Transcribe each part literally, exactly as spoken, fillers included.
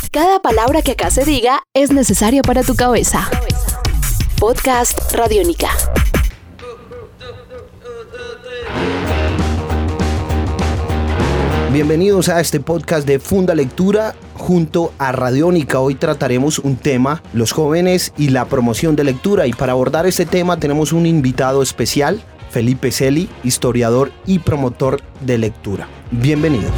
Cada palabra que acá se diga es necesaria para tu cabeza. Podcast Radiónica. Bienvenidos a este podcast de Funda Lectura junto a Radiónica. Hoy trataremos un tema, los jóvenes y la promoción de lectura. Y para abordar este tema tenemos un invitado especial, Felipe Celi, historiador y promotor de lectura. Bienvenidos.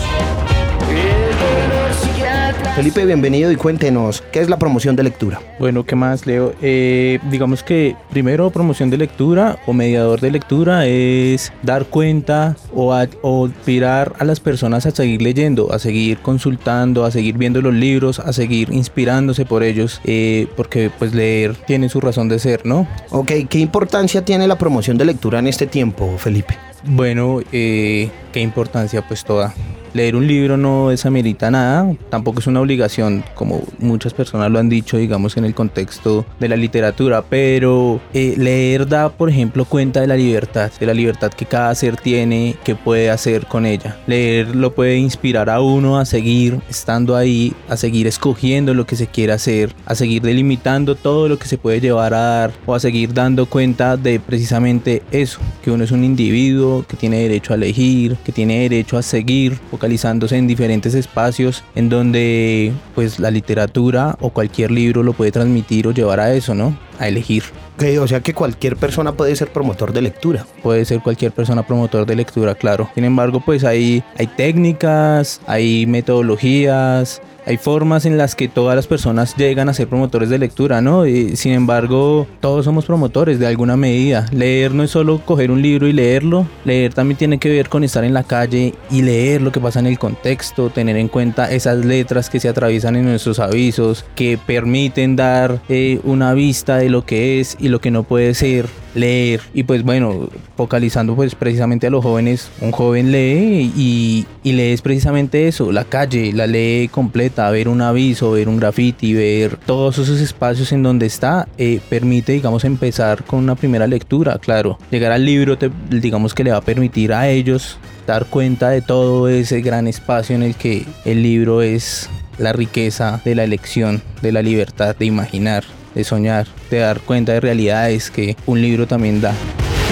Felipe, bienvenido y cuéntenos, ¿qué es la promoción de lectura? Bueno, ¿qué más, Leo? Eh, digamos que primero promoción de lectura o mediador de lectura es dar cuenta o, a, o inspirar a las personas a seguir leyendo, a seguir consultando, a seguir viendo los libros, a seguir inspirándose por ellos, eh, porque pues leer tiene su razón de ser, ¿no? Ok, ¿qué importancia tiene la promoción de lectura en este tiempo, Felipe? Bueno, eh, ¿qué importancia? Pues toda. Leer un libro no desamerita nada, tampoco es una obligación, como muchas personas lo han dicho, digamos, en el contexto de la literatura, pero eh, leer da, por ejemplo, cuenta de la libertad, de la libertad que cada ser tiene, que puede hacer con ella. Leer lo puede inspirar a uno a seguir estando ahí, a seguir escogiendo lo que se quiere hacer, a seguir delimitando todo lo que se puede llevar a dar, o a seguir dando cuenta de precisamente eso, que uno es un individuo que tiene derecho a elegir, que tiene derecho a seguir, focalizándose en diferentes espacios en donde pues la literatura o cualquier libro lo puede transmitir o llevar a eso, ¿no? A elegir. Okay, o sea que cualquier persona puede ser promotor de lectura. Puede ser cualquier persona promotor de lectura, claro. Sin embargo, pues hay, hay técnicas, hay metodologías, hay formas en las que todas las personas llegan a ser promotores de lectura, ¿no? Y, sin embargo, todos somos promotores de alguna medida. Leer no es solo coger un libro y leerlo. Leer también tiene que ver con estar en la calle y leer lo que pasa en el contexto, tener en cuenta esas letras que se atraviesan en nuestros avisos, que permiten dar eh, una vista de lo que es y lo que no puede ser. Leer, y pues bueno, focalizando pues precisamente a los jóvenes, un joven lee y, y lee es precisamente eso, la calle, la lee completa, ver un aviso, ver un graffiti, ver todos esos espacios en donde está, eh, permite, digamos, empezar con una primera lectura, claro. Llegar al libro, te, digamos que le va a permitir a ellos dar cuenta de todo ese gran espacio en el que el libro es la riqueza de la elección, de la libertad de imaginar, de soñar, de dar cuenta de realidades que un libro también da.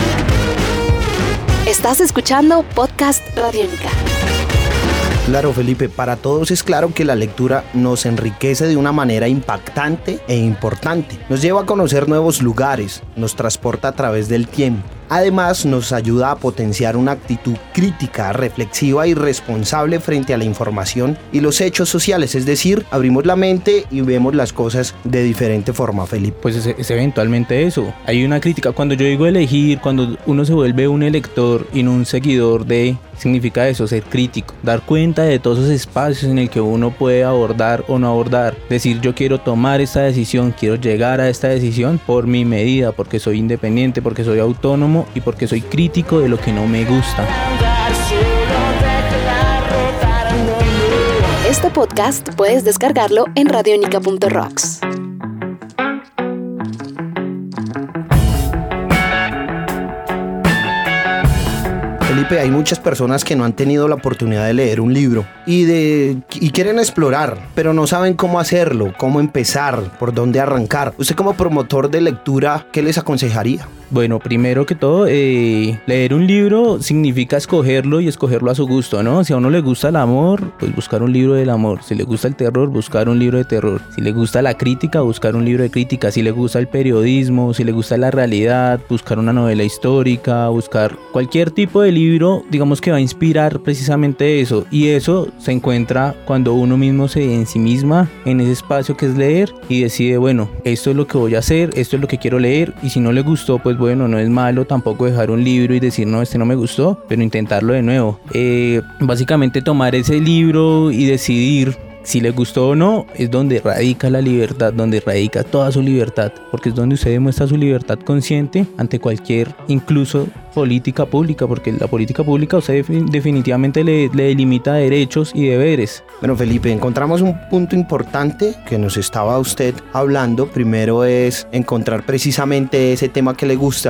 Estás escuchando Podcast Radiónica. Claro, Felipe, para todos es claro que la lectura nos enriquece de una manera impactante e importante. Nos lleva a conocer nuevos lugares, nos transporta a través del tiempo. Además, nos ayuda a potenciar una actitud crítica, reflexiva y responsable frente a la información y los hechos sociales. Es decir, abrimos la mente y vemos las cosas de diferente forma, Felipe. Pues es, es eventualmente eso. Hay una crítica. Cuando yo digo elegir, cuando uno se vuelve un elector y no un seguidor de... significa eso, ser crítico. Dar cuenta de todos esos espacios en el que uno puede abordar o no abordar. Decir, yo quiero tomar esta decisión, quiero llegar a esta decisión por mi medida, porque soy independiente, porque soy autónomo y porque soy crítico de lo que no me gusta. Este podcast puedes descargarlo en radionica punto rocks. Felipe, hay muchas personas que no han tenido la oportunidad de leer un libro y, de, y quieren explorar, pero no saben cómo hacerlo, cómo empezar, por dónde arrancar. Usted como promotor de lectura, ¿qué les aconsejaría? Bueno, primero que todo, eh, leer un libro significa escogerlo y escogerlo a su gusto, ¿no? Si a uno le gusta el amor, pues buscar un libro del amor. Si le gusta el terror, buscar un libro de terror. Si le gusta la crítica, buscar un libro de crítica. Si le gusta el periodismo, si le gusta la realidad, buscar una novela histórica, buscar cualquier tipo de libro, digamos que va a inspirar precisamente eso. Y eso se encuentra cuando uno mismo se ensimisma en ese espacio que es leer y decide, bueno, esto es lo que voy a hacer, esto es lo que quiero leer, y si no le gustó, pues bueno, no es malo tampoco dejar un libro y decir, no, este no me gustó, pero intentarlo de nuevo. Eh, básicamente tomar ese libro y decidir si le gustó o no, es donde radica la libertad, donde radica toda su libertad, porque es donde usted demuestra su libertad consciente ante cualquier, incluso política pública, porque la política pública a usted definitivamente le, le delimita derechos y deberes. Bueno, Felipe, encontramos un punto importante que nos estaba usted hablando. Primero es encontrar precisamente ese tema que le gusta,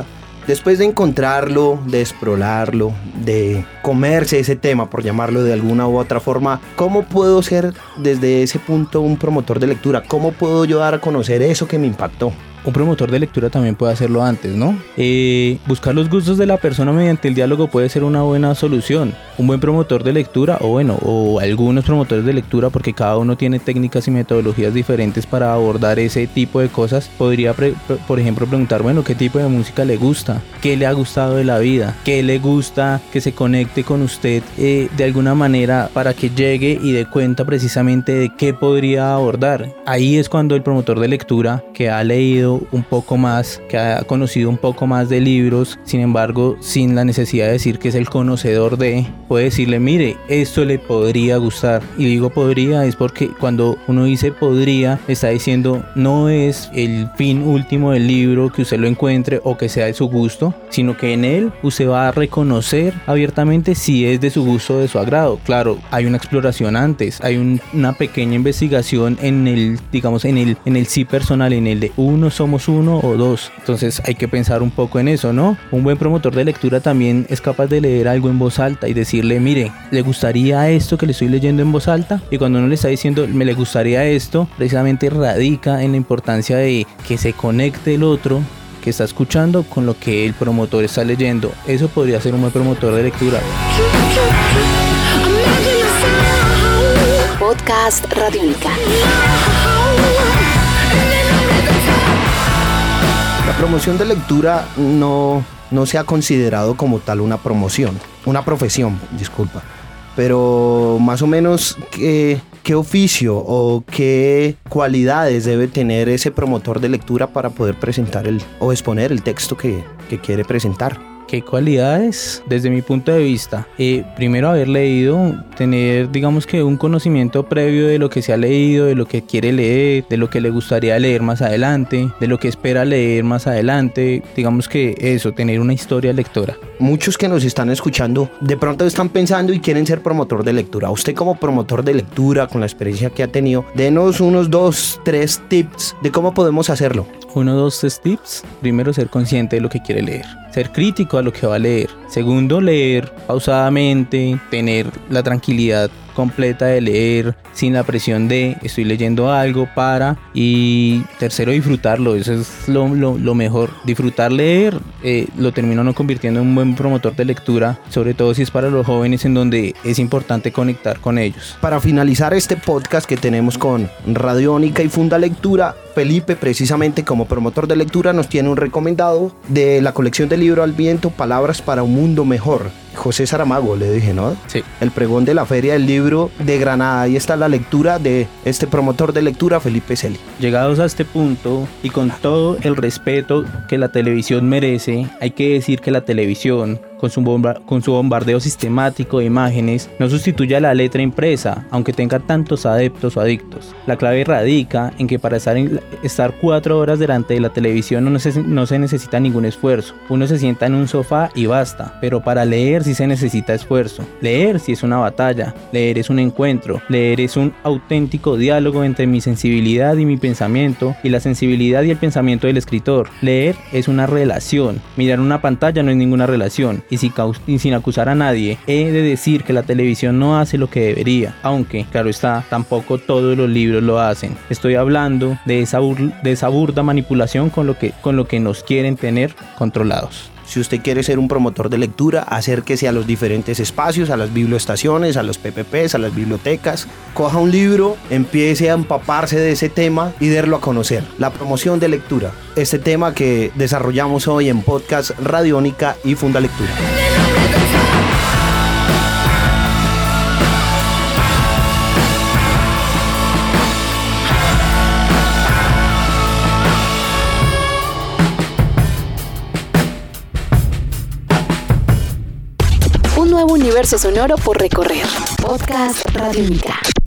Después de encontrarlo, de explorarlo, de comerse ese tema, por llamarlo de alguna u otra forma, ¿cómo puedo ser desde ese punto un promotor de lectura? ¿Cómo puedo yo dar a conocer eso que me impactó? Un promotor de lectura también puede hacerlo antes, ¿no? Eh, buscar los gustos de la persona mediante el diálogo puede ser una buena solución. Un buen promotor de lectura, o bueno, o algunos promotores de lectura, porque cada uno tiene técnicas y metodologías diferentes para abordar ese tipo de cosas, podría, pre- por ejemplo, preguntar, bueno, ¿qué tipo de música le gusta? ¿Qué le ha gustado de la vida? ¿Qué le gusta que se conecte con usted eh, de alguna manera para que llegue y dé cuenta precisamente de qué podría abordar? Ahí es cuando el promotor de lectura, que ha leído un poco más, que ha conocido un poco más de libros, sin embargo, sin la necesidad de decir que es el conocedor de, puede decirle, mire, esto le podría gustar. Y digo podría es porque cuando uno dice podría, está diciendo no es el fin último del libro que usted lo encuentre o que sea de su gusto, sino que en él usted va a reconocer abiertamente si es de su gusto o de su agrado. Claro, hay una exploración antes, hay un, una pequeña investigación en el, digamos, en el, en el sí personal, en el de uno somos uno o dos. Entonces hay que pensar un poco en eso, ¿no? Un buen promotor de lectura también es capaz de leer algo en voz alta y decirle, mire, ¿le gustaría esto que le estoy leyendo en voz alta? Y cuando uno le está diciendo, me le gustaría esto, precisamente radica en la importancia de que se conecte el otro que está escuchando con lo que el promotor está leyendo. Eso podría ser un buen promotor de lectura. Podcast Radiónica. La promoción de lectura no, no se ha considerado como tal una promoción, una profesión, disculpa. Pero más o menos, ¿qué, qué oficio o qué cualidades debe tener ese promotor de lectura para poder presentar el, o exponer el texto que, que quiere presentar? ¿Qué cualidades? Desde mi punto de vista, eh, primero haber leído, tener digamos que un conocimiento previo de lo que se ha leído, de lo que quiere leer, de lo que le gustaría leer más adelante, de lo que espera leer más adelante, digamos que eso, tener una historia lectora. Muchos que nos están escuchando de pronto están pensando y quieren ser promotor de lectura. Usted como promotor de lectura, con la experiencia que ha tenido, denos unos dos, tres tips de cómo podemos hacerlo. Uno, dos, tres tips. Primero, ser consciente de lo que quiere leer. Ser crítico a lo que va a leer. Segundo, leer pausadamente, tener la tranquilidad completa de leer sin la presión de estoy leyendo algo para. Y tercero, disfrutarlo. Eso es lo, lo, lo mejor. Disfrutar leer eh, lo termino no convirtiendo en un buen promotor de lectura, sobre todo si es para los jóvenes, en donde es importante conectar con ellos. Para finalizar este podcast que tenemos con Radiónica y Funda Lectura, Felipe, precisamente como promotor de lectura, nos tiene un recomendado de la colección de libro Al Viento, Palabras para un Mundo Mejor. José Saramago, le dije, ¿no? Sí. El pregón de la Feria del Libro de Granada. Ahí está la lectura de este promotor de lectura, Felipe Celi. Llegados a este punto y con todo el respeto que la televisión merece, hay que decir que la televisión, con su, bomba, con su bombardeo sistemático de imágenes, no sustituye a la letra impresa, aunque tenga tantos adeptos o adictos. La clave radica en que para estar, en, estar cuatro horas delante de la televisión no se, no se necesita ningún esfuerzo. Uno se sienta en un sofá y basta, pero para leer sí se necesita esfuerzo. Leer sí es una batalla, leer es un encuentro, leer es un auténtico diálogo entre mi sensibilidad y mi pensamiento y la sensibilidad y el pensamiento del escritor. Leer es una relación, mirar una pantalla no es ninguna relación. Y sin, y sin acusar a nadie, he de decir que la televisión no hace lo que debería, aunque, claro está, tampoco todos los libros lo hacen. Estoy hablando de esa, bur- de esa burda manipulación con lo, que, con lo que nos quieren tener controlados. Si usted quiere ser un promotor de lectura, acérquese a los diferentes espacios, a las biblioestaciones, a los P P Pes, a las bibliotecas. Coja un libro, empiece a empaparse de ese tema y darlo a conocer. La promoción de lectura. Este tema que desarrollamos hoy en Podcast Radiónica y Funda Lectura. Un nuevo universo sonoro por recorrer. Podcast Radiónica.